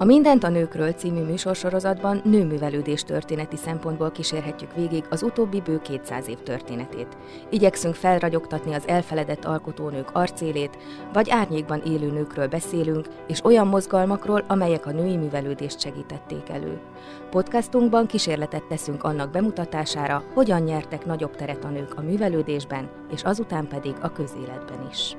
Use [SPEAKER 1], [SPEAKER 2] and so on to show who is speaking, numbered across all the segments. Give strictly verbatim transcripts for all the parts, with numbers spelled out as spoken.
[SPEAKER 1] A Mindent a nőkről című műsorsorozatban nőművelődés történeti szempontból kísérhetjük végig az utóbbi bő kétszáz év történetét. Igyekszünk felragyogtatni az elfeledett alkotónők arcélét, vagy árnyékban élő nőkről beszélünk, és olyan mozgalmakról, amelyek a női művelődést segítették elő. Podcastunkban kísérletet teszünk annak bemutatására, hogyan nyertek nagyobb teret a nők a művelődésben, és azután pedig a közéletben is.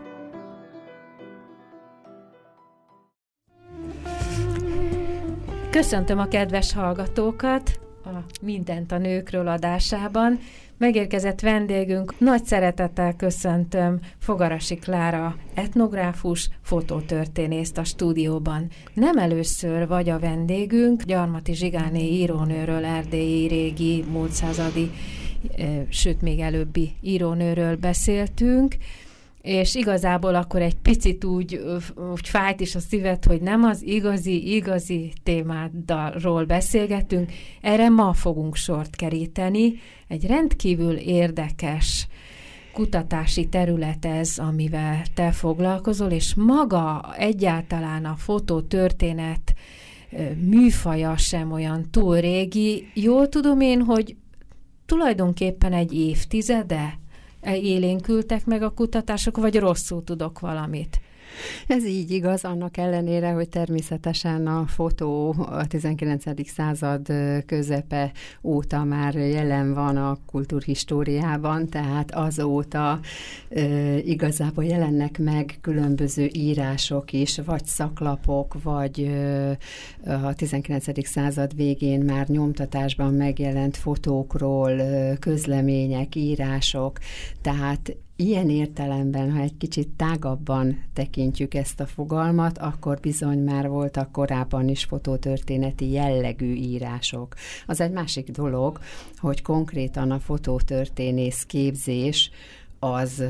[SPEAKER 2] Köszöntöm a kedves hallgatókat a Mindent a nőkről adásában. Megérkezett vendégünk, nagy szeretettel köszöntöm Fogarasi Klára etnográfus, fotótörténészt a stúdióban. Nem először vagy a vendégünk, Gyarmati Zsigáné írónőről, erdélyi régi, múlt századi, sőt még előbbi írónőről beszéltünk, és igazából akkor egy picit úgy, úgy fájt is a szívet, hogy nem az igazi, igazi témádról beszélgetünk. Erre ma fogunk sort keríteni. Egy rendkívül érdekes kutatási terület ez, amivel te foglalkozol, és maga egyáltalán a fotótörténet műfaja sem olyan túl régi. Jól tudom én, hogy tulajdonképpen egy évtizede élénkültek meg a kutatások, vagy rosszul tudok valamit?
[SPEAKER 3] Ez így igaz, annak ellenére, hogy természetesen a fotó a tizenkilencedik század közepe óta már jelen van a kultúrhistóriában, tehát azóta e, igazából jelennek meg különböző írások is, vagy szaklapok, vagy e, a tizenkilencedik század végén már nyomtatásban megjelent fotókról, e, közlemények, írások, tehát ilyen értelemben, ha egy kicsit tágabban tekintjük ezt a fogalmat, akkor bizony már voltak korábban is fotótörténeti jellegű írások. Az egy másik dolog, hogy konkrétan a fotótörténész képzés az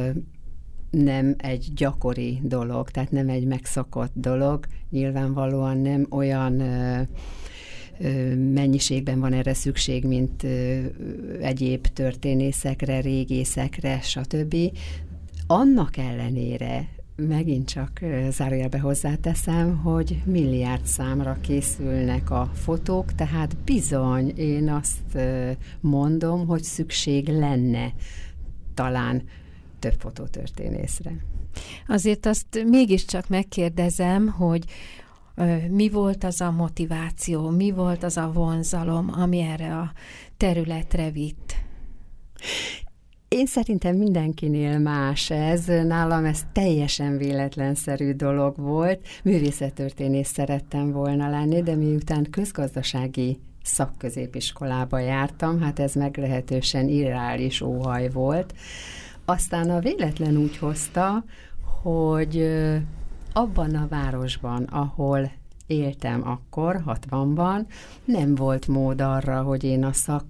[SPEAKER 3] nem egy gyakori dolog, tehát nem egy megszokott dolog, nyilvánvalóan nem olyan mennyiségben van erre szükség, mint egyéb történészekre, régészekre, stb. Annak ellenére megint csak zárójelbe hozzáteszem, hogy milliárd számra készülnek a fotók, tehát bizony én azt mondom, hogy szükség lenne talán több fotótörténészre.
[SPEAKER 2] Azért azt mégiscsak megkérdezem, hogy mi volt az a motiváció, mi volt az a vonzalom, ami erre a területre vitt?
[SPEAKER 3] Én szerintem mindenkinél más ez. Nálam ez teljesen véletlenszerű dolog volt. Művészettörténész szerettem volna lenni, de miután közgazdasági szakközépiskolába jártam, hát ez meglehetősen irreális óhaj volt. Aztán a véletlen úgy hozta, hogy abban a városban, ahol éltem akkor, hatvanban, nem volt mód arra, hogy én a szak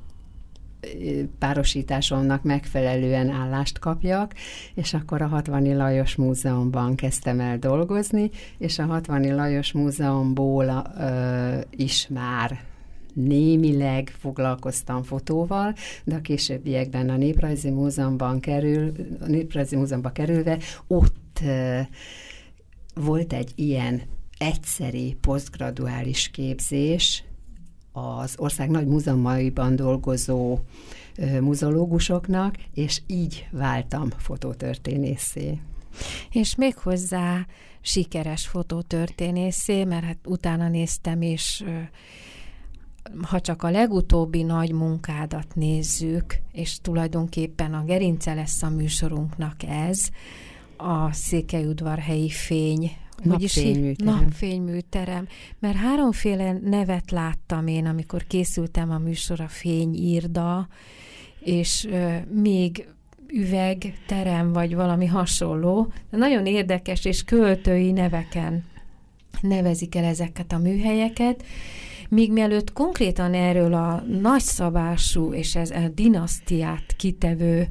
[SPEAKER 3] párosításomnak megfelelően állást kapjak, és akkor a Hatvani Lajos Múzeumban kezdtem el dolgozni, és a Hatvani Lajos Múzeumból ö, is már némileg foglalkoztam fotóval, de a későbbiekben a Néprajzi Múzeumban kerül, a Néprajzi Múzeumban kerülve ott ö, volt egy ilyen egyszeri posztgraduális képzés az ország nagy múzeumaiban dolgozó ö, muzeológusoknak, és így váltam fotótörténészé.
[SPEAKER 2] És méghozzá sikeres fotótörténészé, mert hát utána néztem, és ö, ha csak a legutóbbi nagy munkádat nézzük, és tulajdonképpen a gerince lesz a műsorunknak ez, a Székelyudvarhelyi Fény,
[SPEAKER 3] Napfényműterem.
[SPEAKER 2] Napfényműterem, mert háromféle nevet láttam én, amikor készültem a műsorra, fényírda, és ö, még üvegterem, vagy valami hasonló. De nagyon érdekes és költői neveken nevezik el ezeket a műhelyeket, míg mielőtt konkrétan erről a nagyszabású és ez a dinasztiát kitevő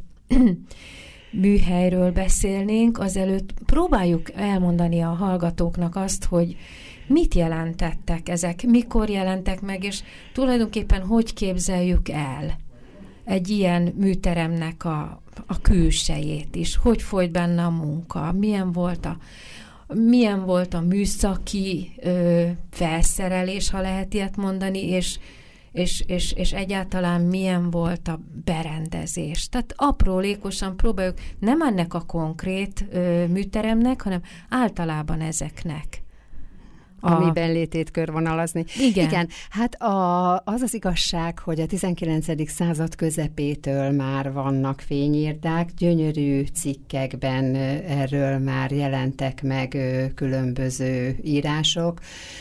[SPEAKER 2] műhelyről beszélnénk, azelőtt próbáljuk elmondani a hallgatóknak azt, hogy mit jelentettek ezek, mikor jelentek meg, és tulajdonképpen hogy képzeljük el egy ilyen műteremnek a, a külsejét is, hogy folyt benne a munka, milyen volt a, milyen volt a műszaki ö, felszerelés, ha lehet ilyet mondani, és, és, és, és egyáltalán milyen volt a berendezés. Tehát aprólékosan próbáljuk nem ennek a konkrét ö, műteremnek, hanem általában ezeknek.
[SPEAKER 3] Amiben létét körvonalazni.
[SPEAKER 2] Igen.
[SPEAKER 3] Igen, hát a, az az igazság, hogy a tizenkilencedik század közepétől már vannak fényirdák, gyönyörű cikkekben erről már jelentek meg különböző írások,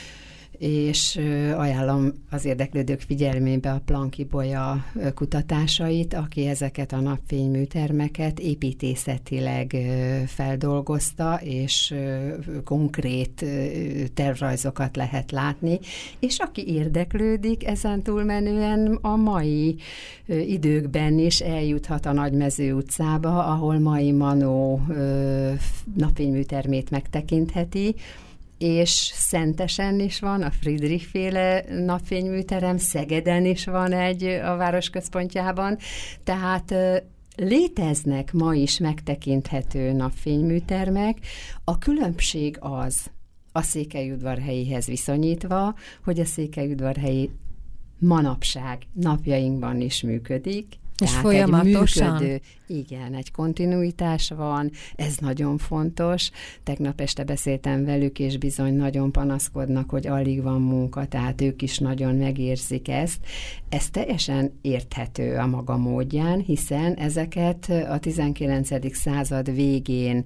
[SPEAKER 3] és ajánlom az érdeklődők figyelmébe a Planck-Ibolya kutatásait, aki ezeket a napfényműtermeket építészetileg feldolgozta, és konkrét tervrajzokat lehet látni, és aki érdeklődik, ezen túlmenően a mai időkben is eljuthat a Nagymező utcába, ahol mai Manó napfényműtermét megtekintheti, és Szentesen is van, a Friedrich-féle napfényműterem, Szegeden is van egy a város központjában, tehát léteznek ma is megtekinthető napfényműtermek. A különbség az, a Székelyudvarhelyihez viszonyítva, hogy a Székelyudvarhelyi manapság napjainkban is működik,
[SPEAKER 2] és
[SPEAKER 3] tehát
[SPEAKER 2] folyamatosan.
[SPEAKER 3] Egy működő, igen, egy kontinuitás van, ez nagyon fontos. Tegnap este beszéltem velük, és bizony nagyon panaszkodnak, hogy alig van munka, tehát ők is nagyon megérzik ezt. Ez teljesen érthető a maga módján, hiszen ezeket a tizenkilencedik század végén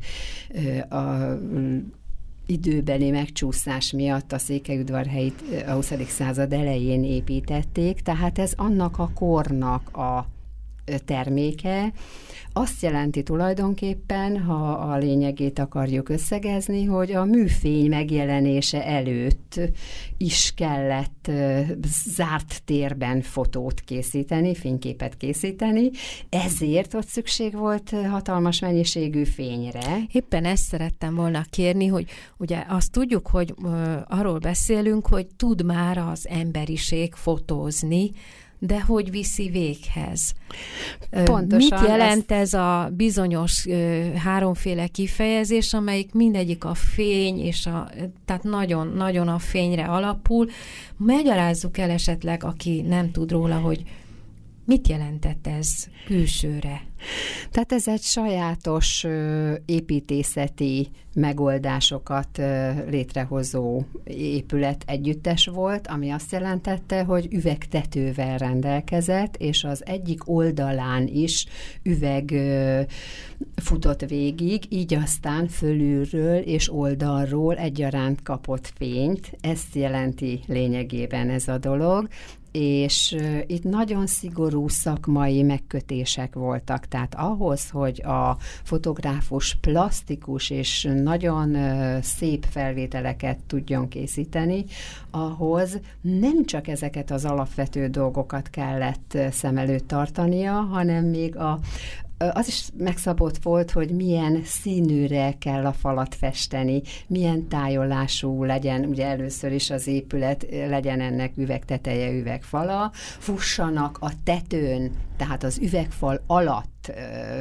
[SPEAKER 3] a időbeli megcsúszás miatt a Székelyudvarhelyit a huszadik század elején építették, tehát ez annak a kornak a terméke. Azt jelenti tulajdonképpen, ha a lényegét akarjuk összegezni, hogy a műfény megjelenése előtt is kellett zárt térben fotót készíteni, fényképet készíteni, ezért ott szükség volt hatalmas mennyiségű fényre.
[SPEAKER 2] Éppen ezt szerettem volna kérni, hogy ugye azt tudjuk, hogy uh, arról beszélünk, hogy tud már az emberiség fotózni, de hogy viszi véghez.
[SPEAKER 3] Pontosan.
[SPEAKER 2] Mit jelent ez a bizonyos ö, háromféle kifejezés, amelyik mindegyik a fény, és a, tehát nagyon, nagyon a fényre alapul. Magyarázzuk el esetleg, aki nem tud róla, hogy mit jelentett ez külsőre?
[SPEAKER 3] Tehát ez egy sajátos építészeti megoldásokat létrehozó épület együttes volt, ami azt jelentette, hogy üvegtetővel rendelkezett, és az egyik oldalán is üveg futott végig, így aztán fölülről és oldalról egyaránt kapott fényt. Ezt jelenti lényegében ez a dolog, és itt nagyon szigorú szakmai megkötések voltak, tehát ahhoz, hogy a fotográfus plastikus és nagyon szép felvételeket tudjon készíteni, ahhoz nem csak ezeket az alapvető dolgokat kellett szem előtt tartania, hanem még a az is megszabott volt, hogy milyen színűre kell a falat festeni, milyen tájolású legyen, ugye először is az épület, legyen ennek üvegteteje, üvegfala, fussanak a tetőn, tehát az üvegfal alatt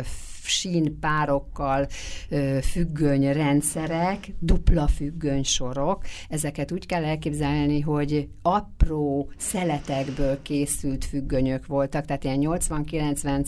[SPEAKER 3] sínpárokkal függöny rendszerek, dupla függöny sorok. Ezeket úgy kell elképzelni, hogy apró szeletekből készült függönyök voltak, tehát ilyen nyolcvan-kilencven,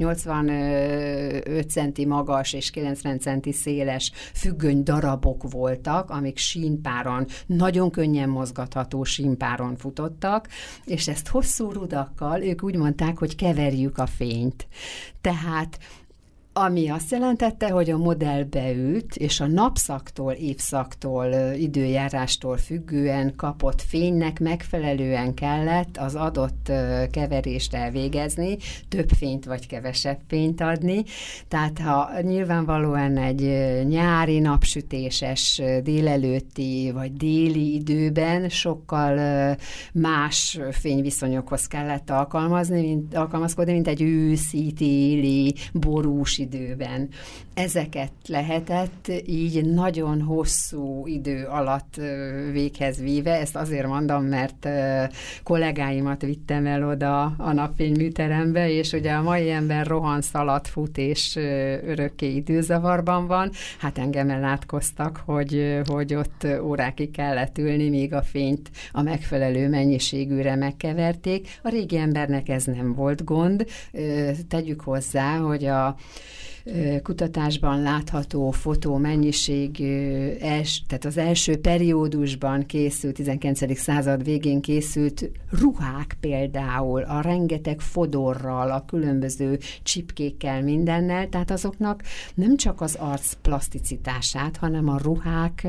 [SPEAKER 3] nyolcvanöt centi magas és kilencven centi széles függöny darabok voltak, amik sínpáron, nagyon könnyen mozgatható sínpáron futottak, és ezt hosszú rudakkal ők úgy mondták, hogy keverjük a fényt. Tehát ami azt jelentette, hogy a modell beült, és a napszaktól, évszaktól, időjárástól függően kapott fénynek megfelelően kellett az adott keverést elvégezni, több fényt vagy kevesebb fényt adni. Tehát ha nyilvánvalóan egy nyári napsütéses délelőtti vagy déli időben sokkal más fényviszonyokhoz kellett alkalmazni, mint, alkalmazkodni, mint egy őszi, téli, borús időben. Ezeket lehetett így nagyon hosszú idő alatt véghez víve, ezt azért mondom, mert kollégáimat vittem el oda a napfényműterembe, és ugye a mai ember rohan, szalad, fut, és örökké időzavarban van. Hát engem ellátkoztak, hogy, hogy ott órákig kellett ülni, míg a fényt a megfelelő mennyiségűre megkeverték. A régi embernek ez nem volt gond. Tegyük hozzá, hogy a kutatásban látható fotó mennyiség, els, tehát az első periódusban készült, tizenkilencedik század végén készült ruhák például, a rengeteg fodorral, a különböző csipkékkel, mindennel, tehát azoknak nem csak az arc plaszticitását, hanem a ruhák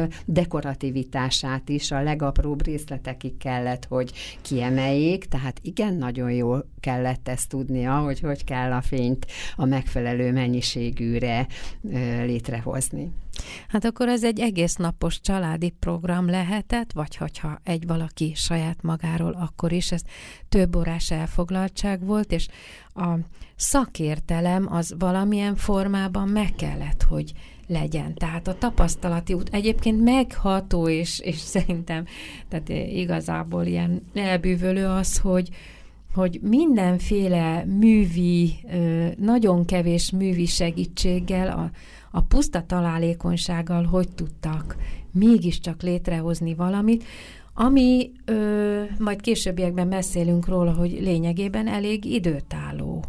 [SPEAKER 3] dekorativitását is, a legapróbb részletekig kellett, hogy kiemeljék, tehát igen, nagyon jól kellett ezt tudnia, hogy hogy kell a fényt a megfelelő mennyiségűre ö, létrehozni.
[SPEAKER 2] Hát akkor ez egy egész napos családi program lehetett, vagy hogyha egy valaki saját magáról, akkor is ez több órás elfoglaltság volt, és a szakértelem az valamilyen formában meg kellett, hogy legyen. Tehát a tapasztalati út egyébként megható, és, és szerintem tehát igazából ilyen elbűvölő az, hogy hogy mindenféle művi, nagyon kevés művi segítséggel, a, a puszta találékonysággal hogy tudtak mégiscsak létrehozni valamit, ami ö, majd későbbiekben beszélünk róla, hogy lényegében elég időtálló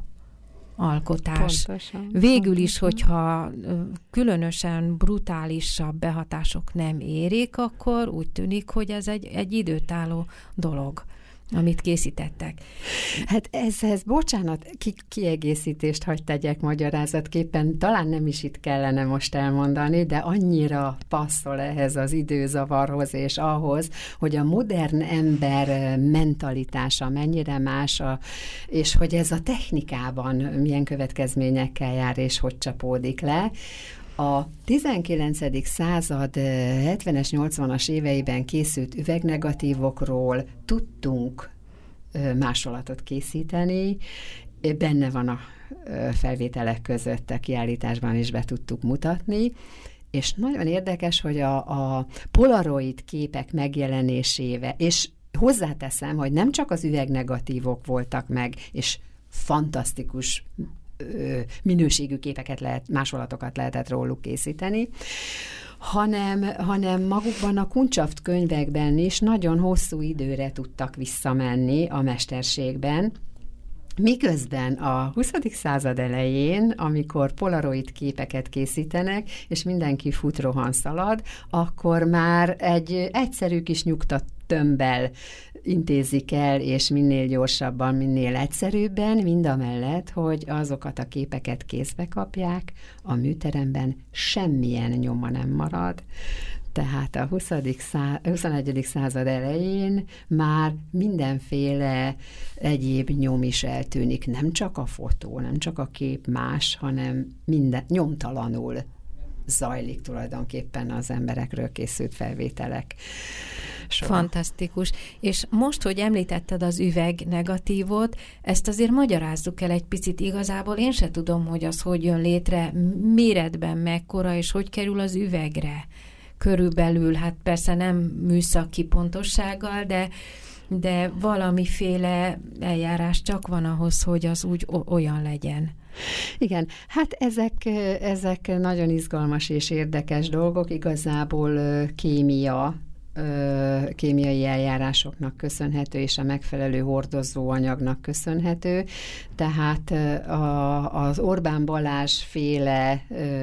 [SPEAKER 2] alkotás.
[SPEAKER 3] Pontosan,
[SPEAKER 2] Végül
[SPEAKER 3] pontosan.
[SPEAKER 2] is, hogyha különösen brutálisabb behatások nem érik, akkor úgy tűnik, hogy ez egy, egy időtálló dolog, amit készítettek.
[SPEAKER 3] Hát ezhez, bocsánat, ki, kiegészítést hagy tegyek magyarázatképpen, talán nem is itt kellene most elmondani, de annyira passzol ehhez az időzavarhoz és ahhoz, hogy a modern ember mentalitása mennyire más, a, és hogy ez a technikában milyen következményekkel jár, és hogy csapódik le. A tizenkilencedik század hetvenes, nyolcvanas éveiben készült üvegnegatívokról tudtunk másolatot készíteni, benne van a felvételek között, a kiállításban is be tudtuk mutatni, és nagyon érdekes, hogy a, a polaroid képek megjelenésével, és hozzáteszem, hogy nem csak az üvegnegatívok voltak meg, és fantasztikus minőségű képeket lehet, másolatokat lehetett róluk készíteni, hanem, hanem magukban a Kuncshaft könyvekben is nagyon hosszú időre tudtak visszamenni a mesterségben, miközben a huszadik század elején, amikor polaroid képeket készítenek, és mindenki fut, rohan, szalad, akkor már egy egyszerű kis nyugtat tömbbel intézik el, és minél gyorsabban, minél egyszerűbben, mindamellett, hogy azokat a képeket kézbe kapják, a műteremben semmilyen nyoma nem marad. Tehát a huszadik szá- huszonegyedik század elején már mindenféle egyéb nyom is eltűnik. Nem csak a fotó, nem csak a kép más, hanem minden nyomtalanul zajlik tulajdonképpen az emberekről készült felvételek sora.
[SPEAKER 2] Fantasztikus. És most, hogy említetted az üveg negatívot, ezt azért magyarázzuk el egy picit igazából. Én se tudom, hogy az hogy jön létre, méretben mekkora, és hogy kerül az üvegre. Körülbelül, hát persze nem műszaki pontossággal, de, de valamiféle eljárás csak van ahhoz, hogy az úgy olyan legyen.
[SPEAKER 3] Igen, hát ezek, ezek nagyon izgalmas és érdekes dolgok, igazából kémia, kémiai eljárásoknak köszönhető, és a megfelelő hordozóanyagnak köszönhető. Tehát a, az Orbán Balázs féle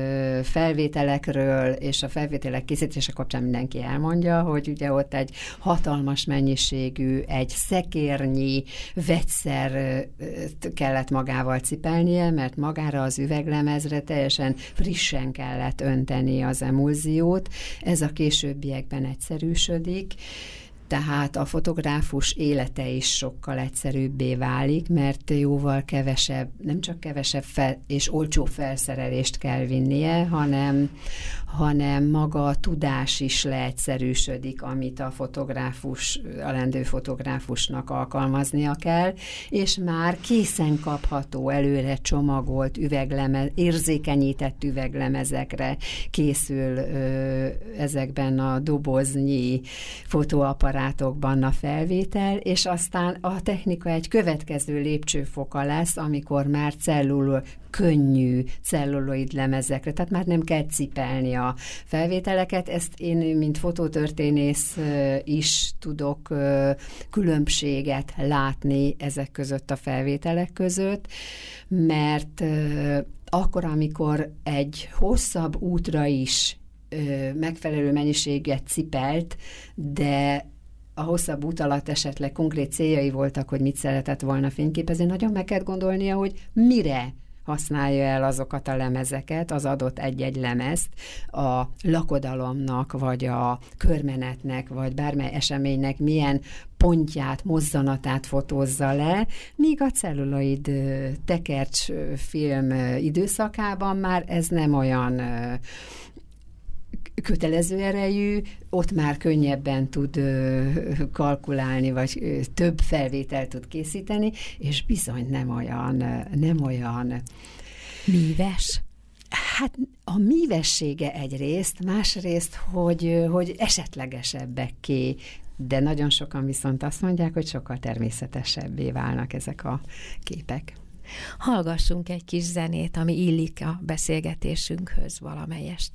[SPEAKER 3] felvételekről és a felvételek készítése kapcsán mindenki elmondja, hogy ugye ott egy hatalmas mennyiségű, egy szekérnyi vegyszer kellett magával cipelnie, mert magára az üveglemezre teljesen frissen kellett önteni az emulziót. Ez a későbbiekben egyszerűsödik. Tehát a fotográfus élete is sokkal egyszerűbbé válik, mert jóval kevesebb, nem csak kevesebb fel, és olcsó felszerelést kell vinnie, hanem, hanem maga a tudás is leegyszerűsödik, amit a fotográfus, a lendő fotográfusnak alkalmaznia kell, és már készen kapható, előre csomagolt üveglemez, érzékenyített üveglemezekre készül ö, ezekben a doboznyi fotóapparátokban a felvétel, és aztán a technika egy következő lépcsőfoka lesz, amikor már celluló, könnyű celluloid lemezekre, tehát már nem kell cipelni a felvételeket. Ezt én, mint fotótörténész is tudok különbséget látni ezek között a felvételek között, mert akkor, amikor egy hosszabb útra is megfelelő mennyiséget cipelt, de a hosszabb út alatt esetleg konkrét céljai voltak, hogy mit szeretett volna fényképezni, nagyon meg kell gondolnia, hogy mire használja el azokat a lemezeket, az adott egy-egy lemezt a lakodalomnak, vagy a körmenetnek, vagy bármely eseménynek milyen pontját, mozzanatát fotózza le, míg a celluloid tekercs film időszakában már ez nem olyan kötelező erejű, ott már könnyebben tud ö, kalkulálni, vagy ö, több felvételt tud készíteni, és bizony nem olyan, nem olyan
[SPEAKER 2] míves.
[SPEAKER 3] Hát a mívessége egyrészt, másrészt, hogy, hogy esetlegesebbekké, de nagyon sokan viszont azt mondják, hogy sokkal természetesebbé válnak ezek a képek.
[SPEAKER 2] Hallgassunk egy kis zenét, ami illik a beszélgetésünkhöz valamelyest.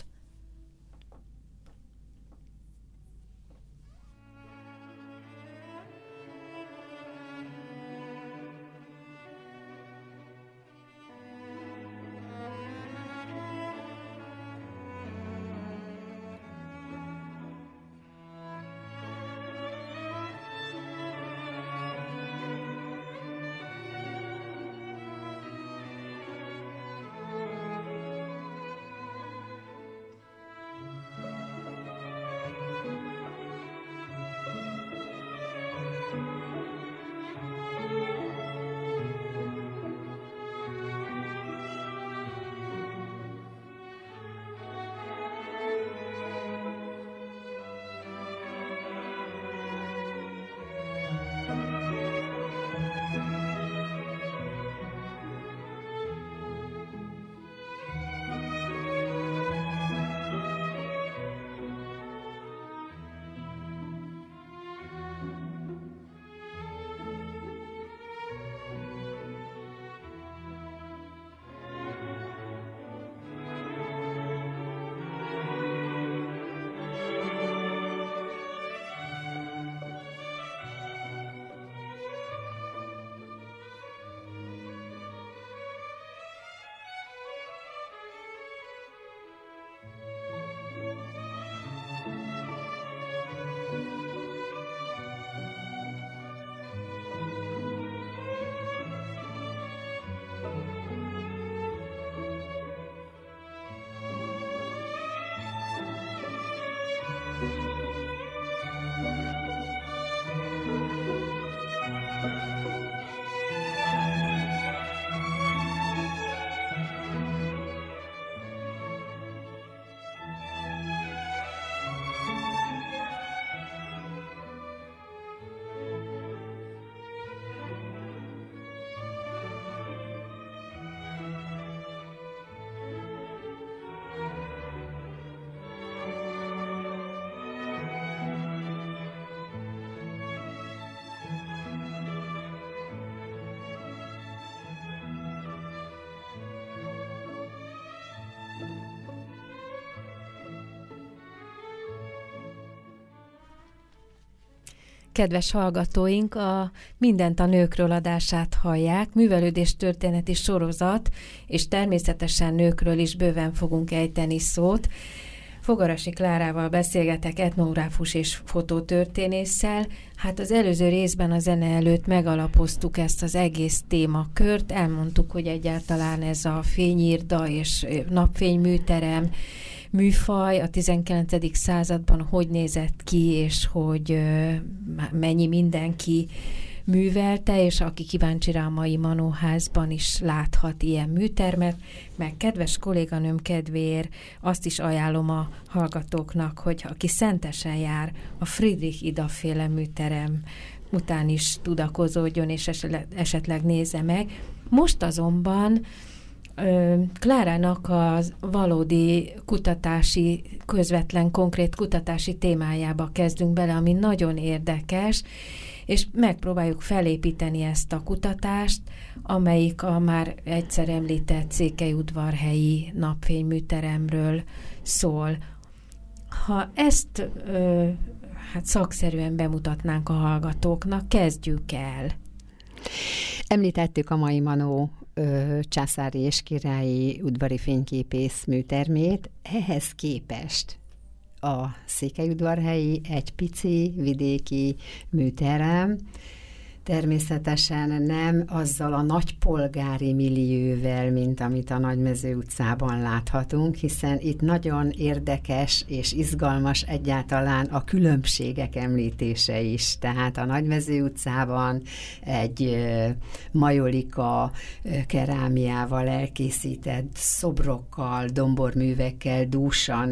[SPEAKER 2] Kedves hallgatóink, a Mindent a nőkről adását hallják, művelődés történeti sorozat, és természetesen nőkről is bőven fogunk ejteni szót. Fogarasi Klárával beszélgetek, etnográfus és fotótörténésszel. Hát az előző részben a zene előtt megalapoztuk ezt az egész témakört, elmondtuk, hogy egyáltalán ez a fényírda és napfényműterem műfaj a tizenkilencedik században hogy nézett ki, és hogy mennyi mindenki művelte, és aki kíváncsi rá a mai Manóházban is láthat ilyen műtermet, meg kedves kolléganőm kedvéért azt is ajánlom a hallgatóknak, hogy aki Szentesen jár, a Friedrich Ida féle műterem után is tudakozódjon, és esetleg nézze meg. Most azonban Klárának a valódi kutatási, közvetlen, konkrét kutatási témájába kezdünk bele, ami nagyon érdekes, és megpróbáljuk felépíteni ezt a kutatást, amelyik a már egyszer említett székelyudvarhelyi napfényműteremről szól. Ha ezt ö, hát szakszerűen bemutatnánk a hallgatóknak, kezdjük el.
[SPEAKER 3] Említettük a mai Manó ö, császári és királyi udvari fényképész műtermét, ehhez képest a székelyudvarhelyi egy pici vidéki műterem, természetesen nem azzal a nagy polgári millióvel, mint amit a Nagymező utcában láthatunk, hiszen itt nagyon érdekes és izgalmas egyáltalán a különbségek említése is. Tehát a Nagymező utcában egy majolika kerámiával elkészített szobrokkal, domborművekkel dúsan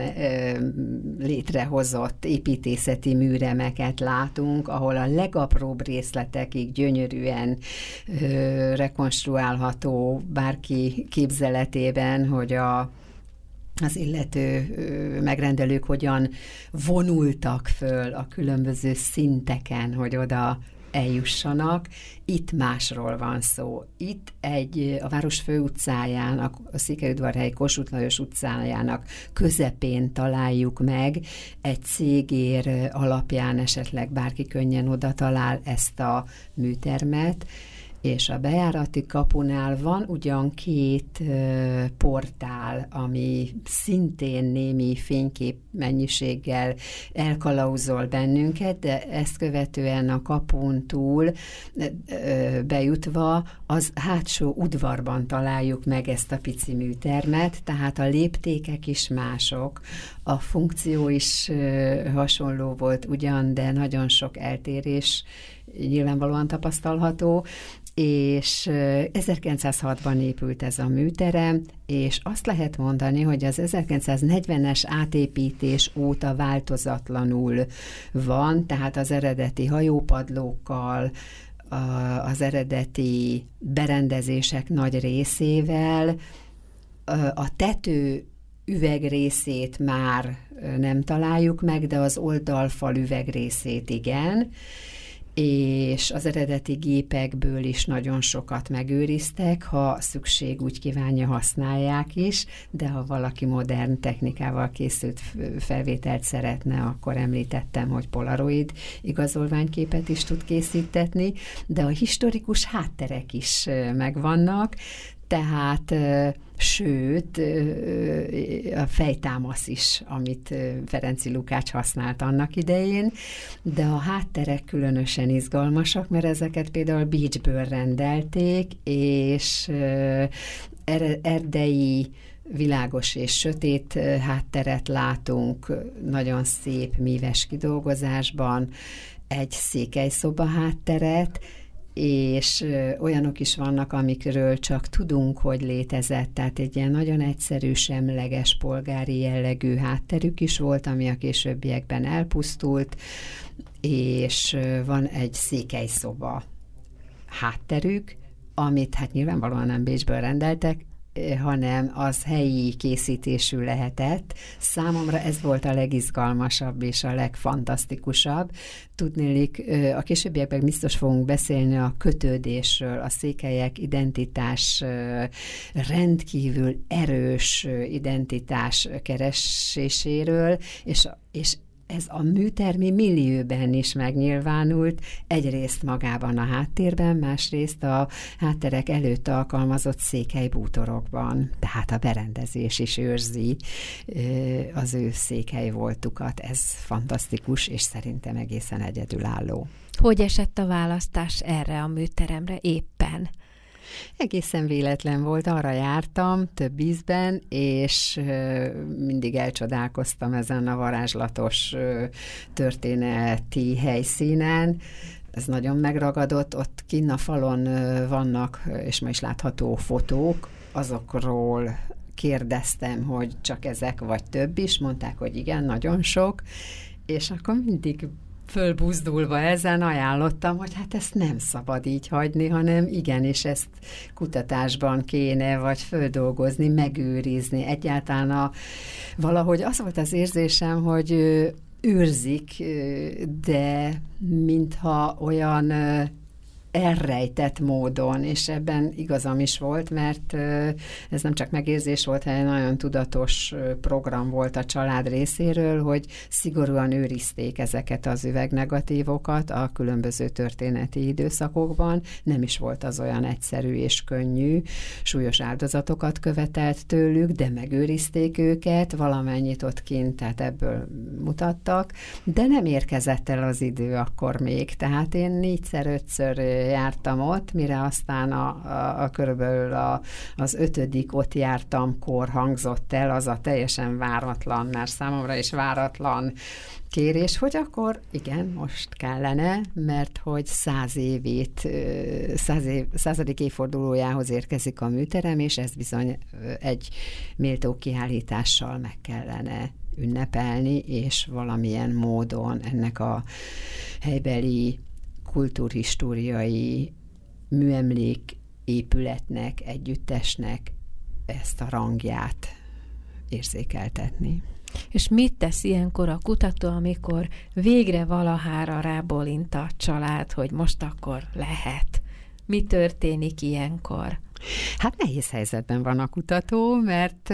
[SPEAKER 3] létrehozott építészeti műremeket látunk, ahol a legapróbb részletekig gyönyörűen ö, rekonstruálható bárki képzeletében, hogy a, az illető ö, megrendelők hogyan vonultak föl a különböző szinteken, hogy oda eljussanak. Itt másról van szó. Itt egy a város főutcáján, a Székelyudvarhely Kossuth Lajos utcájának közepén találjuk meg, egy cégér alapján esetleg bárki könnyen oda talál ezt a műtermet, és a bejárati kapunál van ugyan két uh, portál, ami szintén némi fénykép mennyiséggel elkalauzol bennünket, de ezt követően a kapun túl uh, bejutva az hátsó udvarban találjuk meg ezt a pici műtermet, tehát a léptékek is mások, a funkció is uh, hasonló volt ugyan, de nagyon sok eltérés nyilvánvalóan tapasztalható, és ezerkilencszázhatban épült ez a műterem, és azt lehet mondani, hogy az ezerkilencszáznegyvenes átépítés óta változatlanul van, tehát az eredeti hajópadlókkal, az eredeti berendezések nagy részével, a tető üvegrészét már nem találjuk meg, de az oldalfal üvegrészét igen, és az eredeti gépekből is nagyon sokat megőriztek, ha szükség úgy kívánja, használják is, de ha valaki modern technikával készült felvételt szeretne, akkor említettem, hogy polaroid igazolványképet is tud készítetni, de a historikus hátterek is megvannak, tehát sőt, a fejtámasz is, amit Ferenczy Lukács használt annak idején, de a hátterek különösen izgalmasak, mert ezeket például Bécsből rendelték, és erdei világos és sötét hátteret látunk, nagyon szép, míves kidolgozásban, egy székelyszoba hátteret, és olyanok is vannak, amikről csak tudunk, hogy létezett, tehát egy ilyen nagyon egyszerű, semleges, polgári jellegű hátterük is volt, ami a későbbiekben elpusztult, és van egy székelyszoba hátterük, amit hát nyilvánvalóan nem Bécsből rendeltek, hanem az helyi készítésű lehetett. Számomra ez volt a legizgalmasabb és a legfantasztikusabb. Tudnélik, a későbbiekben biztos fogunk beszélni a kötődésről, a székelyek identitás, rendkívül erős identitás kereséséről, és, és ez a műtermi millióben is megnyilvánult, egyrészt magában a háttérben, másrészt a hátterek előtt alkalmazott székelybútorokban. Tehát a berendezés is őrzi az ő székely voltukat. Ez fantasztikus, és szerintem egészen egyedülálló.
[SPEAKER 2] Hogy esett a választás erre a műteremre éppen?
[SPEAKER 3] Egészen véletlen volt, arra jártam több ízben, és mindig elcsodálkoztam ezen a varázslatos történeti helyszínen. Ez nagyon megragadott, ott kinn a falon vannak, és ma is látható fotók, azokról kérdeztem, hogy csak ezek, vagy több is, mondták, hogy igen, nagyon sok, és akkor mindig fölbuzdulva ezen ajánlottam, hogy hát ezt nem szabad így hagyni, hanem igenis ezt kutatásban kéne, vagy földolgozni, megőrizni. Egyáltalán a, valahogy az volt az érzésem, hogy őrzik, de mintha olyan elrejtett módon, és ebben igazam is volt, mert ez nem csak megérzés volt, hanem nagyon tudatos program volt a család részéről, hogy szigorúan őrizték ezeket az üvegnegatívokat a különböző történeti időszakokban. Nem is volt az olyan egyszerű és könnyű, súlyos áldozatokat követelt tőlük, de megőrizték őket, valamennyit ott kint, tehát ebből mutattak, de nem érkezett el az idő akkor még, tehát én négyszer-ötször jártam ott, mire aztán a, a, a körülbelül a, az ötödik ott jártamkor hangzott el az a teljesen váratlan, már számomra is váratlan kérés, hogy akkor igen, most kellene, mert hogy száz évét, száz év, századik évfordulójához érkezik a műterem, és ez bizony egy méltó kiállítással meg kellene ünnepelni, és valamilyen módon ennek a helybeli kultúrhistóriai műemlék épületnek, együttesnek ezt a rangját érzékeltetni.
[SPEAKER 2] És mit tesz ilyenkor a kutató, amikor végre valahára rábólint a család, hogy most akkor lehet? Mi történik ilyenkor?
[SPEAKER 3] Hát nehéz helyzetben van a kutató, mert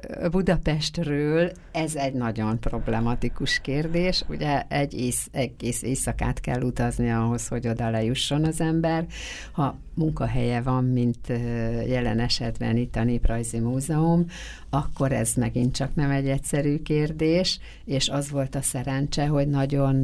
[SPEAKER 3] Budapestről ez egy nagyon problematikus kérdés. Ugye egy ész, egész éjszakát kell utazni ahhoz, hogy oda lejusson az ember. Ha munkahelye van, mint jelen esetben itt a Néprajzi Múzeum, akkor ez megint csak nem egy egyszerű kérdés, és az volt a szerencse, hogy nagyon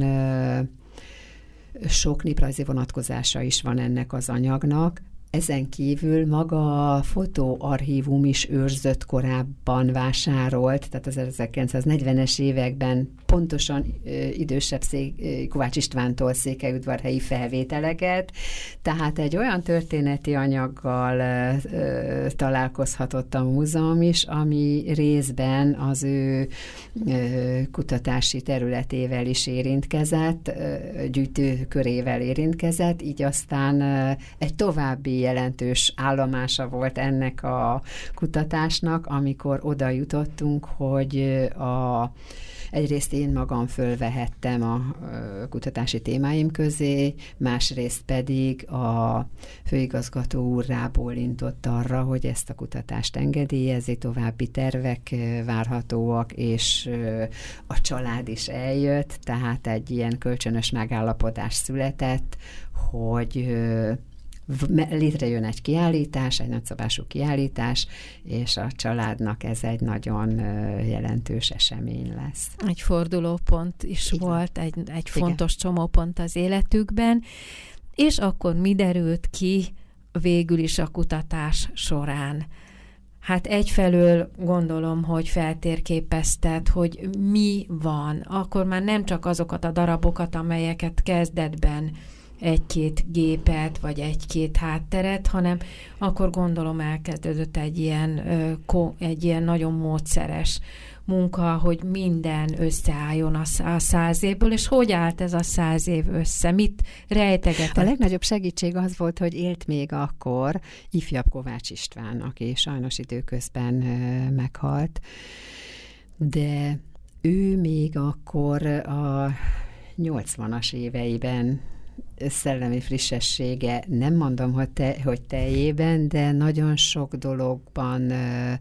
[SPEAKER 3] sok néprajzi vonatkozása is van ennek az anyagnak. Ezen kívül maga a fotóarchívum is őrzött, korábban vásárolt, tehát az ezerkilencszáznegyvenes években pontosan ö, idősebb szék, Kovács Istvántól székelyudvarhelyi felvételeket, tehát egy olyan történeti anyaggal ö, ö, találkozhatott a múzeum is, ami részben az ő ö, kutatási területével is érintkezett, ö, gyűjtőkörével érintkezett, így aztán ö, egy további jelentős állomása volt ennek a kutatásnak, amikor oda jutottunk, hogy a, egyrészt én magam fölvehettem a kutatási témáim közé, másrészt pedig a főigazgató úr rábólintott arra, hogy ezt a kutatást engedélyezi, további tervek várhatóak, és a család is eljött, tehát egy ilyen kölcsönös megállapodás született, hogy létrejön egy kiállítás, egy nagyszabású kiállítás, és a családnak ez egy nagyon jelentős esemény lesz.
[SPEAKER 2] Egy fordulópont is igen. volt, egy, egy fontos igen. csomópont az életükben, és akkor mi derült ki végül is a kutatás során? Hát egyfelől gondolom, hogy feltérképezted, hogy mi van. Akkor már nem csak azokat a darabokat, amelyeket kezdetben egy-két gépet, vagy egy-két hátteret, hanem akkor gondolom elkezdődött egy ilyen, egy ilyen nagyon módszeres munka, hogy minden összeálljon a száz évből, és hogy állt ez a száz év össze? Mit rejtegetett?
[SPEAKER 3] A legnagyobb segítség az volt, hogy élt még akkor ifjabb Kovács István, aki sajnos időközben meghalt, de ő még akkor a nyolcvanas éveiben szellemi frissessége, nem mondom, hogy, te, hogy teljében, de nagyon sok dologban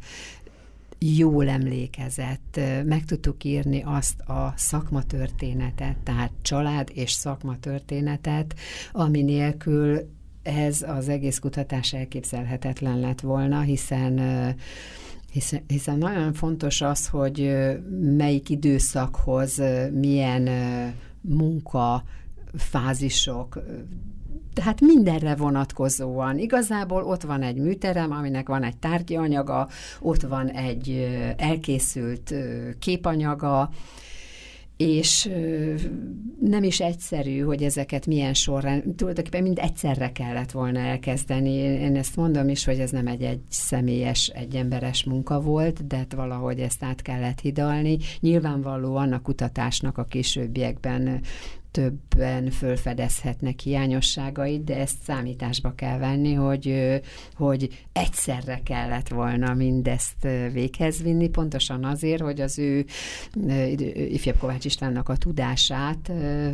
[SPEAKER 3] jól emlékezett. Meg tudtuk írni azt a szakmatörténetet, tehát család és szakmatörténetet, ami nélkül ez az egész kutatás elképzelhetetlen lett volna, hiszen Hiszen, hiszen nagyon fontos az, hogy melyik időszakhoz milyen munka fázisok, tehát mindenre vonatkozóan. Igazából ott van egy műterem, aminek van egy tárgyi anyaga, ott van egy elkészült képanyaga, és nem is egyszerű, hogy ezeket milyen sorrend, tulajdonképpen mind egyszerre kellett volna elkezdeni. Én ezt mondom is, hogy ez nem egy, egy személyes, egy emberes munka volt, de valahogy ezt át kellett hidalni. Nyilvánvalóan a kutatásnak a későbbiekben többen fölfedezhetnek hiányosságait, de ezt számításba kell venni, hogy, hogy egyszerre kellett volna mindezt véghez vinni, pontosan azért, hogy az ő ifjabb Kovács Istvánnak a tudását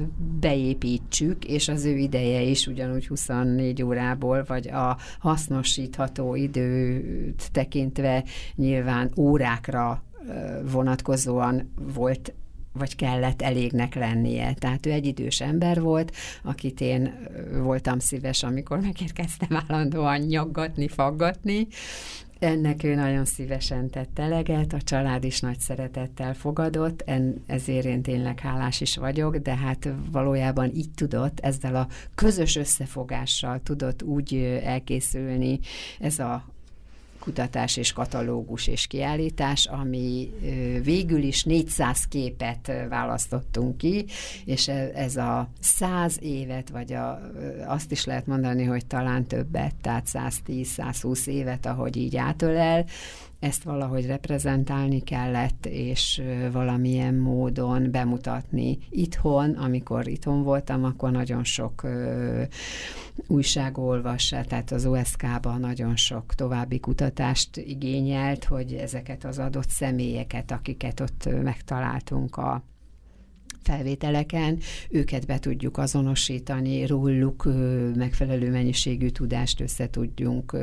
[SPEAKER 3] beépítsük, és az ő ideje is ugyanúgy huszonnégy órából, vagy a hasznosítható időt tekintve nyilván órákra vonatkozóan volt vagy kellett elégnek lennie. Tehát ő egy idős ember volt, akit én voltam szíves, amikor megérkeztem állandóan nyaggatni, faggatni. Ennek ő nagyon szívesen tett eleget, a család is nagy szeretettel fogadott, en, ezért én tényleg hálás is vagyok, de hát valójában így tudott, ezzel a közös összefogással tudott úgy elkészülni ez a kutatás és katalógus és kiállítás, ami végül is négyszáz képet választottunk ki, és ez a száz évet, vagy a, azt is lehet mondani, hogy talán többet, tehát száztíz-százhúsz évet, ahogy így átölel, ezt valahogy reprezentálni kellett, és valamilyen módon bemutatni itthon. Amikor itthon voltam, akkor nagyon sok ö, újságolvasás, tehát az o es ká-ban nagyon sok további kutatást igényelt, hogy ezeket az adott személyeket, akiket ott megtaláltunk a felvételeken, őket be tudjuk azonosítani, róluk megfelelő mennyiségű tudást össze tudjunk,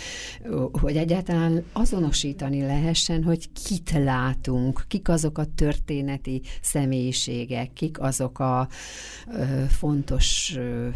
[SPEAKER 3] hogy egyáltalán azonosítani lehessen, hogy kit látunk, kik azok a történeti személyiségek, kik azok a fontos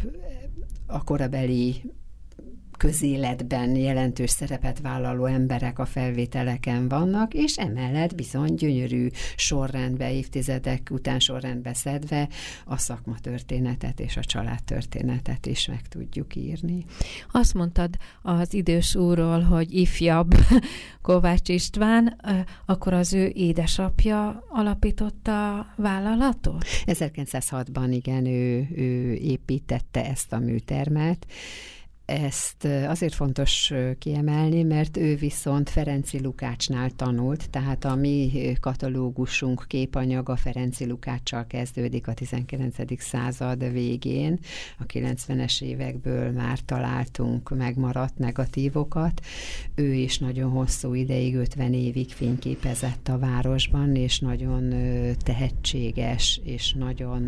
[SPEAKER 3] a korabeli közéletben jelentős szerepet vállaló emberek a felvételeken vannak, és emellett bizony gyönyörű sorrendbe, évtizedek után sorrendbe szedve a szakmatörténetet és a családtörténetet is meg tudjuk írni.
[SPEAKER 2] Azt mondtad az idős úrról, hogy ifjabb Kovács István, akkor az ő édesapja alapította a vállalatot?
[SPEAKER 3] ezerkilencszázhatban igen, ő, ő építette ezt a műtermet. Ezt azért fontos kiemelni, mert ő viszont Ferenczy Lukácsnál tanult, tehát a mi katalógusunk képanyaga Ferenczy Lukáccsal kezdődik a tizenkilencedik század végén. A kilencvenes évekből már találtunk megmaradt negatívokat. Ő is nagyon hosszú ideig, ötven évig fényképezett a városban, és nagyon tehetséges, és nagyon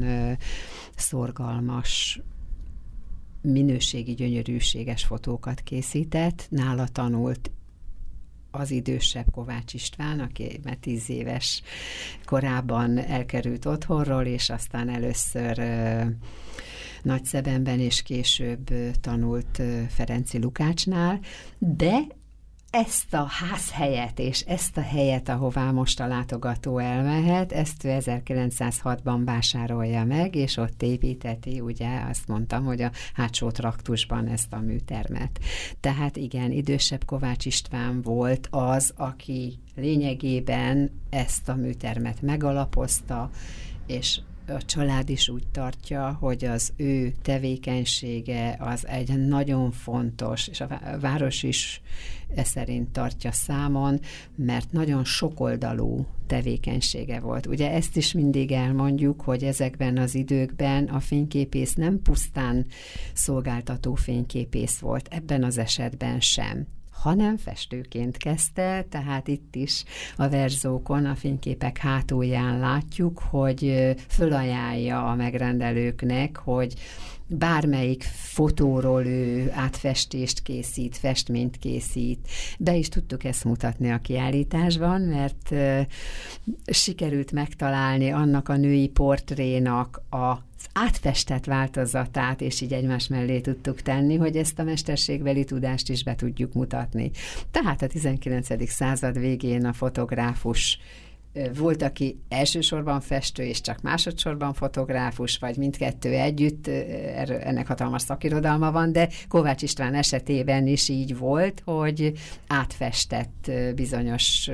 [SPEAKER 3] szorgalmas, minőségi, gyönyörűséges fotókat készített. Nála tanult az idősebb Kovács István, aki már tíz éves korában elkerült otthonról, és aztán először uh, Nagyszebenben, és később uh, tanult uh, Ferenczy Lukácsnál, de ezt a házhelyet és ezt a helyet, ahová most a látogató elmehet, ezt ő ezerkilencszázhatban vásárolja meg, és ott építeti, ugye azt mondtam, hogy a hátsó traktusban ezt a műtermet. Tehát igen, idősebb Kovács István volt az, aki lényegében ezt a műtermet megalapozta, és a család is úgy tartja, hogy az ő tevékenysége az egy nagyon fontos, és a város is e szerint tartja számon, mert nagyon sokoldalú tevékenysége volt. Ugye ezt is mindig elmondjuk, hogy ezekben az időkben a fényképész nem pusztán szolgáltató fényképész volt, ebben az esetben sem, hanem festőként kezdte, tehát itt is a verzókon, a fényképek hátulján látjuk, hogy fölajánlja a megrendelőknek, hogy bármelyik fotóról ő átfestést készít, festményt készít. Be is tudtuk ezt mutatni a kiállításban, mert uh, sikerült megtalálni annak a női portrénak a átfestett változatát, és így egymás mellé tudtuk tenni, hogy ezt a mesterségbeli tudást is be tudjuk mutatni. Tehát a tizenkilencedik század végén a fotográfus volt, aki elsősorban festő, és csak másodszorban fotográfus, vagy mindkettő együtt, ennek hatalmas szakirodalma van, de Kovács István esetében is így volt, hogy átfestett bizonyos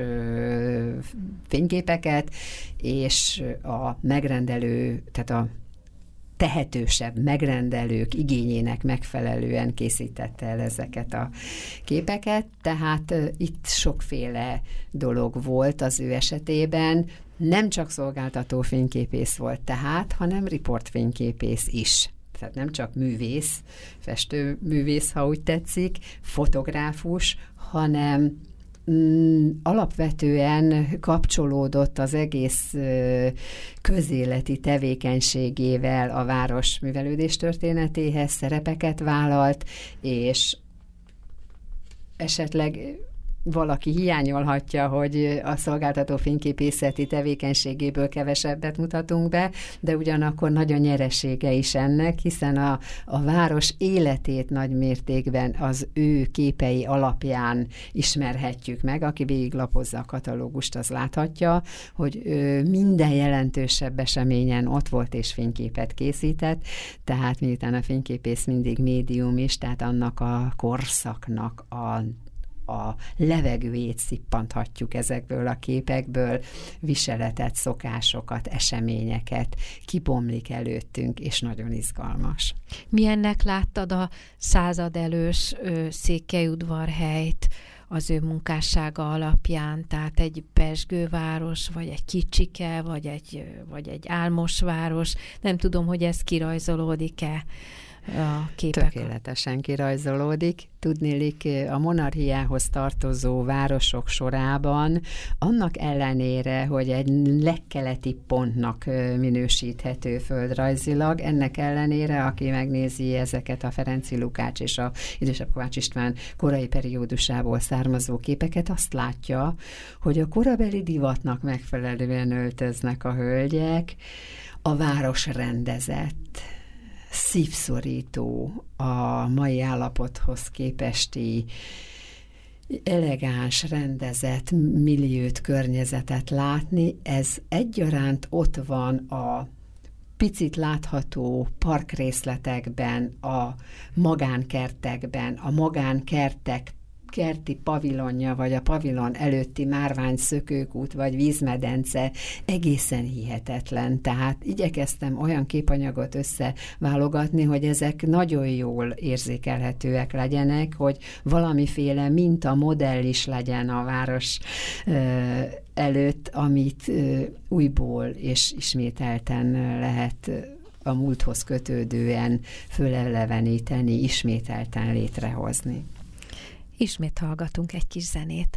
[SPEAKER 3] fényképeket, és a megrendelő, tehát a tehetősebb megrendelők igényének megfelelően készítette el ezeket a képeket, tehát uh, itt sokféle dolog volt az ő esetében, nem csak szolgáltató fényképész volt tehát, hanem riportfényképész is. Tehát nem csak művész, festőművész, ha úgy tetszik, fotográfus, hanem alapvetően kapcsolódott az egész közéleti tevékenységével a város művelődés történetéhez, szerepeket vállalt, és esetleg valaki hiányolhatja, hogy a szolgáltató fényképészeti tevékenységéből kevesebbet mutatunk be, de ugyanakkor nagyon nyeresége is ennek, hiszen a, a város életét nagy mértékben az ő képei alapján ismerhetjük meg. Aki végiglapozza a katalógust, az láthatja, hogy ő minden jelentősebb eseményen ott volt és fényképet készített, tehát miután a fényképész mindig médium is, tehát annak a korszaknak a a levegőjét szippanthatjuk ezekből a képekből, viseletet, szokásokat, eseményeket, kibomlik előttünk, és nagyon izgalmas.
[SPEAKER 2] Milyennek láttad a századelős Székelyudvarhelyt az ő munkássága alapján, tehát egy pezsgőváros, vagy egy kicsike, vagy egy, vagy egy álmos város, nem tudom, hogy ez kirajzolódik-e a képek.
[SPEAKER 3] Tökéletesen kirajzolódik. Tudnélik, a monarchiához tartozó városok sorában, annak ellenére, hogy egy legkeleti pontnak minősíthető földrajzilag, ennek ellenére, aki megnézi ezeket a Ferenczy Lukács és a idősebb Kovács István korai periódusából származó képeket, azt látja, hogy a korabeli divatnak megfelelően öltöznek a hölgyek, a város rendezett, szívszorító a mai állapothoz képesti elegáns, rendezett milliót, környezetet látni. Ez egyaránt ott van a picit látható parkrészletekben, a magánkertekben, a magánkertek kerti pavilonja, vagy a pavilon előtti márvány szökőkút, vagy vízmedence egészen hihetetlen. Tehát igyekeztem olyan képanyagot összeválogatni, hogy ezek nagyon jól érzékelhetőek legyenek, hogy valamiféle minta modell is legyen a város előtt, amit újból és ismételten lehet a múlthoz kötődően föleleveníteni, ismételten létrehozni.
[SPEAKER 2] Ismét hallgatunk egy kis zenét.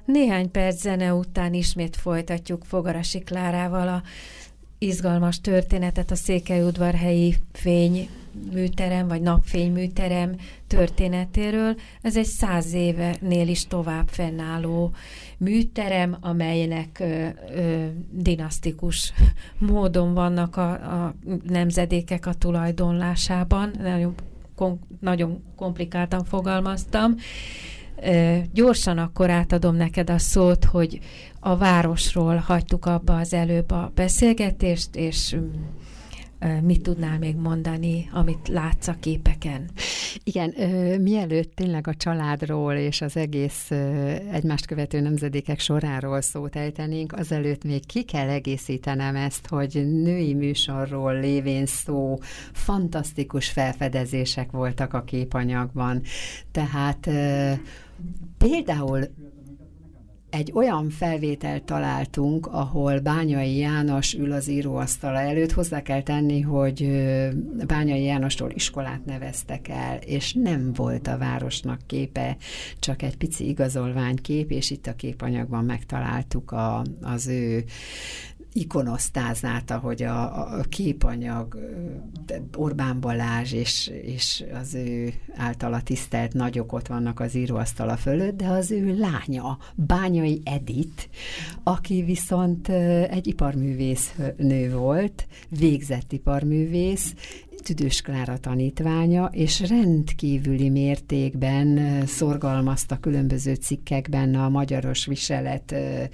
[SPEAKER 2] Néhány perc zene után ismét folytatjuk Fogarasi Klárával a izgalmas történetet a Székelyudvarhelyi fényműterem, vagy napfényműterem történetéről. Ez egy száz évenél is tovább fennálló műterem, amelynek ö, ö, dinasztikus módon vannak a, a nemzedékek a tulajdonlásában. Nagyon, kom, nagyon komplikáltan fogalmaztam. Ö, gyorsan akkor átadom neked a szót, hogy a városról hagytuk abba az előbb a beszélgetést, és ö, mit tudnál még mondani, amit látsz a képeken?
[SPEAKER 3] Igen, ö, mielőtt tényleg a családról és az egész ö, egymást követő nemzedékek soráról szót ejtenénk, azelőtt még ki kell egészítenem ezt, hogy női műsorról lévén szó, fantasztikus felfedezések voltak a képanyagban. Tehát ö, például egy olyan felvételt találtunk, ahol Bányai János ül az íróasztala előtt. Hozzá kell tenni, hogy Bányai Jánostól iskolát neveztek el, és nem volt a városnak képe, csak egy pici igazolványkép, és itt a képanyagban megtaláltuk a, az ő ikonosztázát, ahogy a, a képanyag Orbán Balázs és, és az ő általa tisztelt nagyok ott vannak az íróasztala fölött, de az ő lánya, Bányai Edith, aki viszont egy iparművész nő volt, végzett iparművész, Tüdős Klára tanítványa, és rendkívüli mértékben szorgalmazta különböző cikkekben a magyaros viselet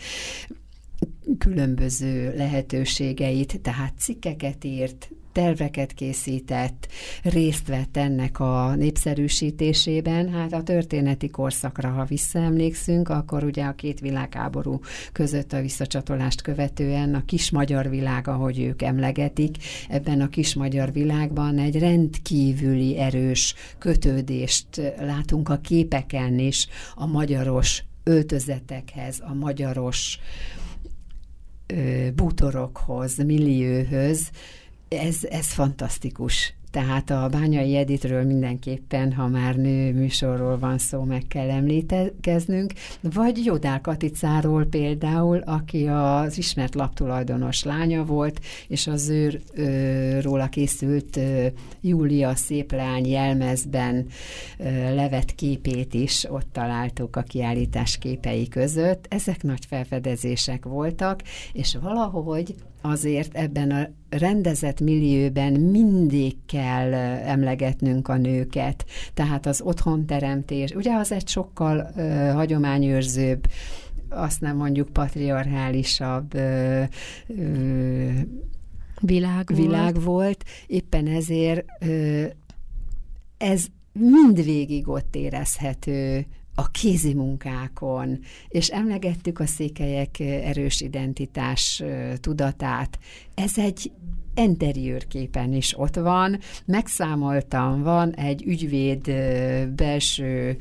[SPEAKER 3] különböző lehetőségeit, tehát cikkeket írt, terveket készített, részt vett ennek a népszerűsítésében. Hát a történeti korszakra, ha visszaemlékszünk, akkor ugye a két világháború között a visszacsatolást követően a kis magyar világ, ahogy ők emlegetik, ebben a kis magyar világban egy rendkívüli erős kötődést látunk a képeken is a magyaros öltözetekhez, a magyaros bútorokhoz, millióhöz. Ez, ez fantasztikus. Tehát a Bányai Edithről mindenképpen, ha már nő műsorról van szó, meg kell említeznünk, vagy Jodál Katicáról például, aki az ismert laptulajdonos lánya volt, és az ő ö, róla készült ö, Júlia szép lány jelmezben ö, levett képét is ott találtuk a kiállítás képei között. Ezek nagy felfedezések voltak, és valahogy azért ebben a rendezett millióben mindig kell emlegetnünk a nőket. Tehát az otthonteremtés, ugye az egy sokkal ö, hagyományőrzőbb, azt nem mondjuk patriarchálisabb ö, ö,
[SPEAKER 2] világ,
[SPEAKER 3] világ
[SPEAKER 2] volt.
[SPEAKER 3] volt. Éppen ezért ö, ez mindvégig ott érezhető a kézi munkákon, és emlegettük a székelyek erős identitás tudatát. Ez egy interiőr képen is ott van. Megszámoltam, van egy ügyvéd belső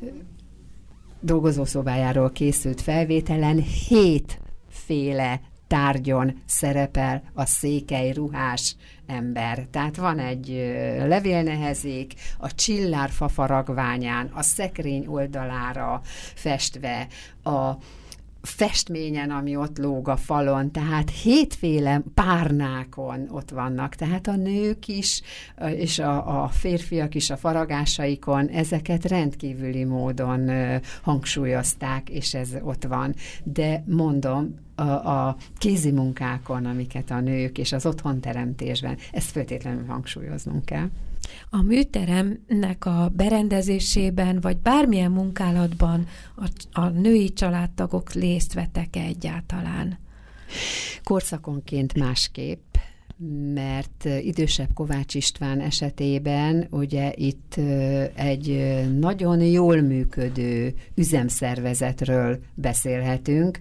[SPEAKER 3] dolgozószobájáról készült felvételen hétféle tárgyon szerepel a székely ruhás ember. Tehát van egy levélnehezék, a csillár fafaragványán, a szekrény oldalára festve, a festményen, ami ott lóg a falon, tehát hétféle párnákon ott vannak, tehát a nők is, és a, a férfiak is a faragásaikon ezeket rendkívüli módon hangsúlyozták, és ez ott van. De mondom, a, a kézi munkákon, amiket a nők, és az otthonteremtésben, ezt feltétlenül hangsúlyoznunk kell.
[SPEAKER 2] A műteremnek a berendezésében, vagy bármilyen munkálatban a, a női családtagok részt vettek-e egyáltalán?
[SPEAKER 3] Korszakonként másképp, mert idősebb Kovács István esetében ugye itt egy nagyon jól működő üzemszervezetről beszélhetünk,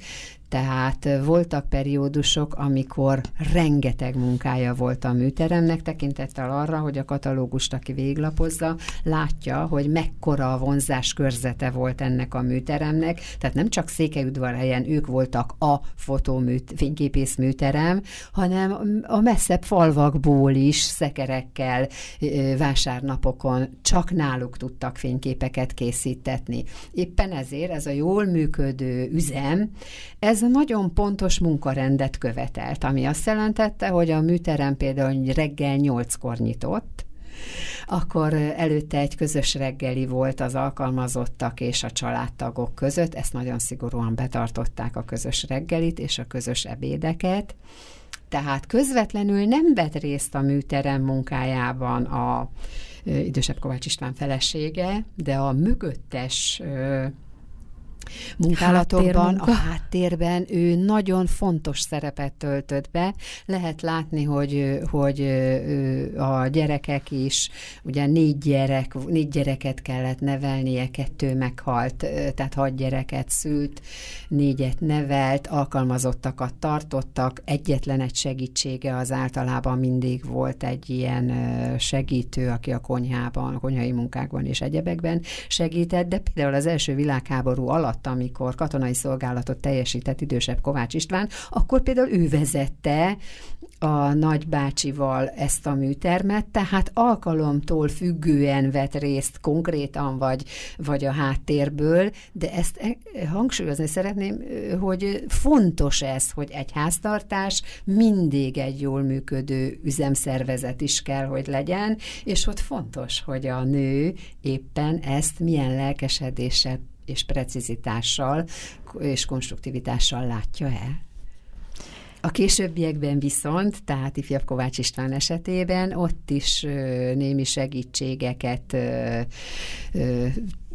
[SPEAKER 3] Tehát voltak periódusok, amikor rengeteg munkája volt a műteremnek, tekintettel arra, hogy a katalógust, aki végiglapozza, látja, hogy mekkora a vonzás körzete volt ennek a műteremnek. Tehát nem csak Székelyudvarhelyen ők voltak a fotóműt, fényképész műterem, hanem a messzebb falvakból is szekerekkel vásárnapokon csak náluk tudtak fényképeket készítetni. Éppen ezért ez a jól működő üzem, ez a nagyon pontos munkarendet követelt, ami azt jelentette, hogy a műterem például reggel nyolckor nyitott, akkor előtte egy közös reggeli volt az alkalmazottak és a családtagok között, ezt nagyon szigorúan betartották, a közös reggelit és a közös ebédeket, tehát közvetlenül nem vett részt a műterem munkájában a idősebb Kovács István felesége, de a mögöttes munkálatokban, a háttérben ő nagyon fontos szerepet töltött be. Lehet látni, hogy, hogy a gyerekek is, ugye négy, gyerek, négy gyereket kellett nevelnie, kettő meghalt, tehát hat gyereket szült, négyet nevelt, alkalmazottakat tartottak, egyetlen egy segítsége az általában mindig volt egy ilyen segítő, aki a konyhában, a konyhai munkákban és egyebekben segített, de például az első világháború alatt, amikor katonai szolgálatot teljesített idősebb Kovács István, akkor például ő vezette a nagybácsival ezt a műtermet, tehát alkalomtól függően vett részt konkrétan, vagy, vagy a háttérből, de ezt hangsúlyozni szeretném, hogy fontos ez, hogy egy háztartás mindig egy jól működő üzemszervezet is kell, hogy legyen, és ott fontos, hogy a nő éppen ezt milyen lelkesedéssel és precizitással és konstruktivitással látja el. A későbbiekben viszont, tehát ifjabb Kovács István esetében ott is ö, némi segítségeket ö, ö,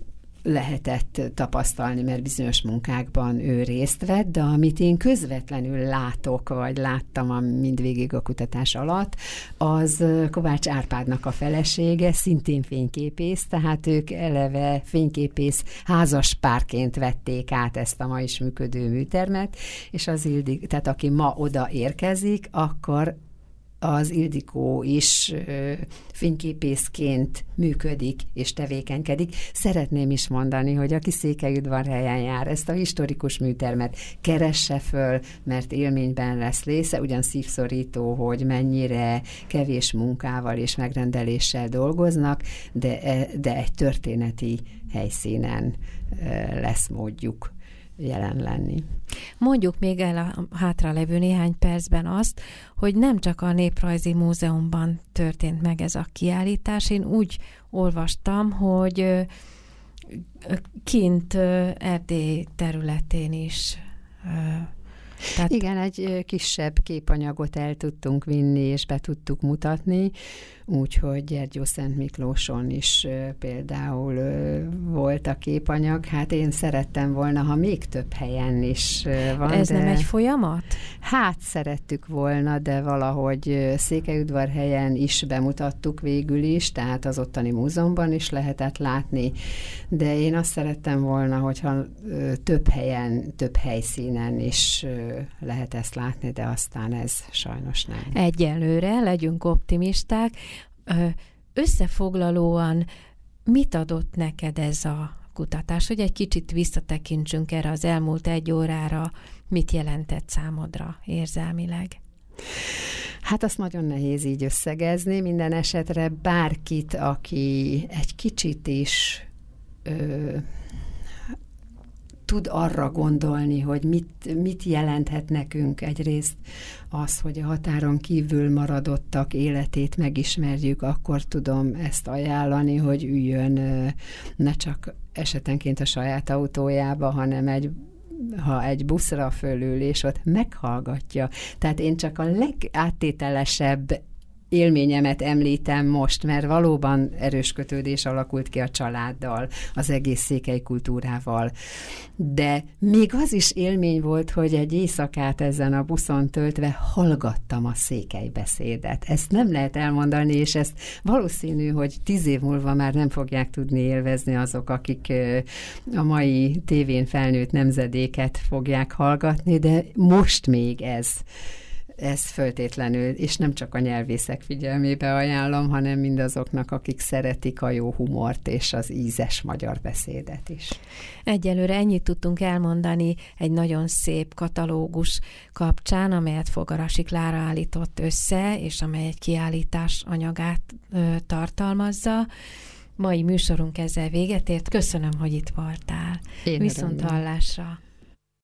[SPEAKER 3] lehetett tapasztalni, mert bizonyos munkákban ő részt vett, de amit én közvetlenül látok, vagy láttam a mindvégig a kutatás alatt, az Kovács Árpádnak a felesége, szintén fényképész, tehát ők eleve fényképész házaspárként vették át ezt a ma is működő műtermet, és az Ildi, tehát aki ma oda érkezik, akkor az Ildikó is ö, fényképészként működik és tevékenykedik. Szeretném is mondani, hogy aki Székelyudvarhelyen jár, ezt a historikus műtermet keresse föl, mert élményben lesz része, ugyan szívszorító, hogy mennyire kevés munkával és megrendeléssel dolgoznak, de, de egy történeti helyszínen ö, lesz módjuk jelen lenni.
[SPEAKER 2] Mondjuk még el a hátralevő néhány percben azt, hogy nem csak a Néprajzi Múzeumban történt meg ez a kiállítás. Én úgy olvastam, hogy kint Erdély területén is.
[SPEAKER 3] Tehát... Igen, egy kisebb képanyagot el tudtunk vinni, és be tudtuk mutatni, úgyhogy Gyergyószent Miklóson is például volt a képanyag. Hát én szerettem volna, ha még több helyen is van.
[SPEAKER 2] Ez
[SPEAKER 3] de...
[SPEAKER 2] nem egy folyamat?
[SPEAKER 3] Hát szerettük volna, de valahogy Székelyudvarhelyen is bemutattuk végül is, tehát az ottani múzeumban is lehetett látni, de én azt szerettem volna, hogyha több helyen, több helyszínen is lehet ezt látni, de aztán ez sajnos nem.
[SPEAKER 2] Egyelőre legyünk optimisták. Összefoglalóan mit adott neked ez a kutatás, hogy egy kicsit visszatekintsünk erre az elmúlt egy órára, mit jelentett számodra érzelmileg?
[SPEAKER 3] Hát azt nagyon nehéz így összegezni, minden esetre bárkit, aki egy kicsit is ö, tud arra gondolni, hogy mit, mit jelenthet nekünk egyrészt az, hogy a határon kívül maradottak életét megismerjük, akkor tudom ezt ajánlani, hogy üljön ne csak esetenként a saját autójába, hanem egy ha egy buszra fölül, és ott meghallgatja. Tehát én csak a legáttételesebb élményemet említem most, mert valóban erős kötődés alakult ki a családdal, az egész székely kultúrával. De még az is élmény volt, hogy egy éjszakát ezen a buszon töltve hallgattam a székely beszédet. Ezt nem lehet elmondani, és ezt valószínű, hogy tíz év múlva már nem fogják tudni élvezni azok, akik a mai tévén felnőtt nemzedéket fogják hallgatni, de most még ez Ez föltétlenül, és nem csak a nyelvészek figyelmébe ajánlom, hanem mindazoknak, akik szeretik a jó humort és az ízes magyar beszédet is.
[SPEAKER 2] Egyelőre ennyit tudtunk elmondani egy nagyon szép katalógus kapcsán, amelyet Fogarasi Klára állított össze, és amely egy kiállítás anyagát ö, tartalmazza. Mai műsorunk ezzel véget ért. Köszönöm, hogy itt voltál.
[SPEAKER 3] Én
[SPEAKER 2] Viszont hallásra.